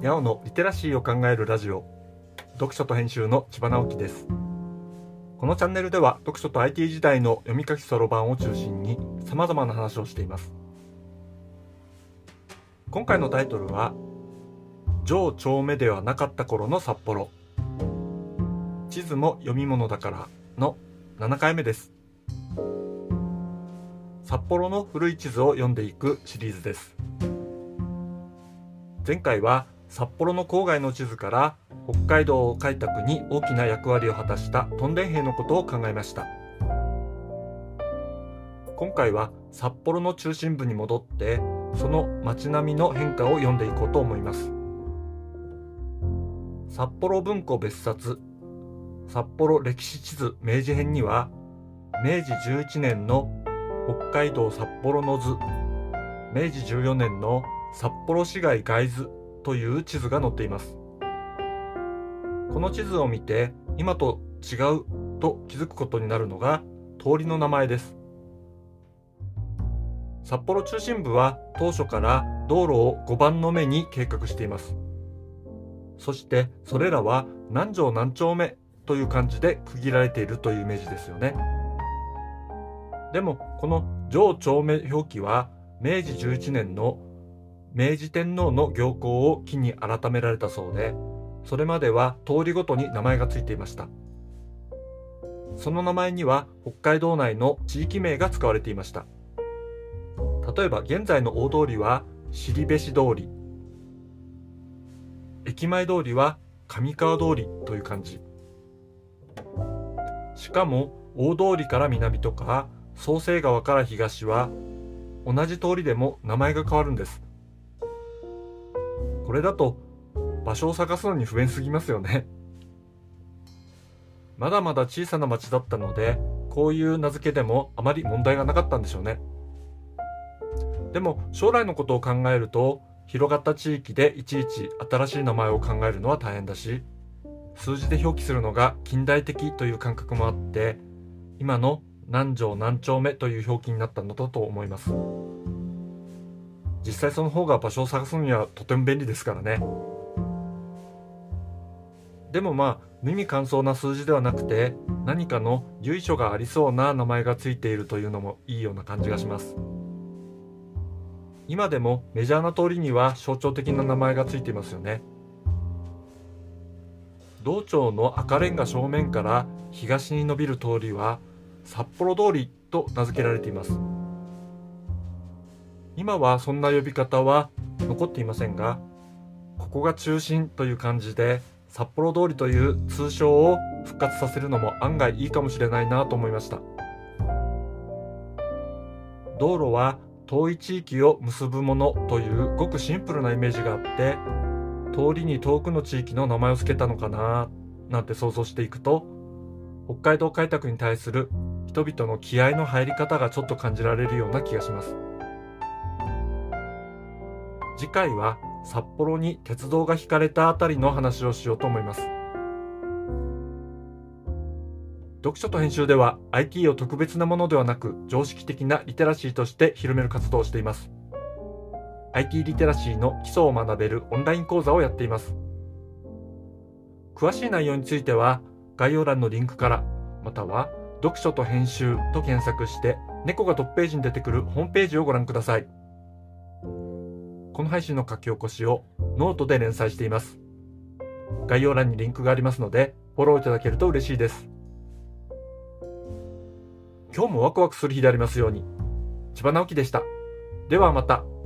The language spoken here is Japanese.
にゃおのリテラシーを考えるラジオ、読書と編集の千葉直樹です。このチャンネルでは読書と IT 時代の読み書きそろばんを中心に様々な話をしています。今回のタイトルは上丁目ではなかった頃の札幌、地図も読み物だからの7回目です。札幌の古い地図を読んでいくシリーズです。前回は札幌の郊外の地図から北海道開拓に大きな役割を果たした屯田兵のことを考えました。今回は札幌の中心部に戻ってその街並みの変化を読んでいこうと思います。札幌文庫別冊札幌歴史地図明治編には明治11年の北海道札幌の図、明治14年の札幌市街概図という地図が載っています。この地図を見て今と違うと気づくことになるのが通りの名前です。札幌中心部は当初から道路を5番の目に計画しています。そしてそれらは何条何丁目という漢字で区切られているというイメージですよね。でもこの上丁目表記は明治11年の明治天皇の行幸を機に改められたそうで、それまでは通りごとに名前がついていました。その名前には北海道内の地域名が使われていました。例えば現在の大通りは後部市通り、駅前通りは上川通りという感じ。しかも大通りから南とか創成川から東は同じ通りでも名前が変わるんです。これだと場所を探すのに不便すぎますよね。まだまだ小さな町だったのでこういう名付けでもあまり問題がなかったんでしょうね。でも将来のことを考えると広がった地域でいちいち新しい名前を考えるのは大変だし、数字で表記するのが近代的という感覚もあって今の何条何丁目という表記になったのだと思います。実際その方が場所を探すにはとても便利ですからね。でも無味乾燥な数字ではなくて何かの由緒がありそうな名前がついているというのもいいような感じがします。今でもメジャーな通りには象徴的な名前がついていますよね。道庁の赤レンガ正面から東に伸びる通りは札幌通りと名付けられています。今はそんな呼び方は残っていませんが、ここが中心という感じで札幌通りという通称を復活させるのも案外いいかもしれないなと思いました。道路は遠い地域を結ぶものというごくシンプルなイメージがあって、通りに遠くの地域の名前を付けたのかななんて想像していくと、北海道開拓に対する人々の気合の入り方がちょっと感じられるような気がします。次回は札幌に鉄道が引かれたあたりの話をしようと思います。読書と編集では IT を特別なものではなく常識的なリテラシーとして広める活動をしています。IT リテラシーの基礎を学べるオンライン講座をやっています。詳しい内容については概要欄のリンクから、または読書と編集と検索して猫がトップページに出てくるホームページをご覧ください。この配信の書き起こしをノートで連載しています。概要欄にリンクがありますのでフォローいただけると嬉しいです。今日もワクワクする日でありますように。千葉直樹でした。ではまた。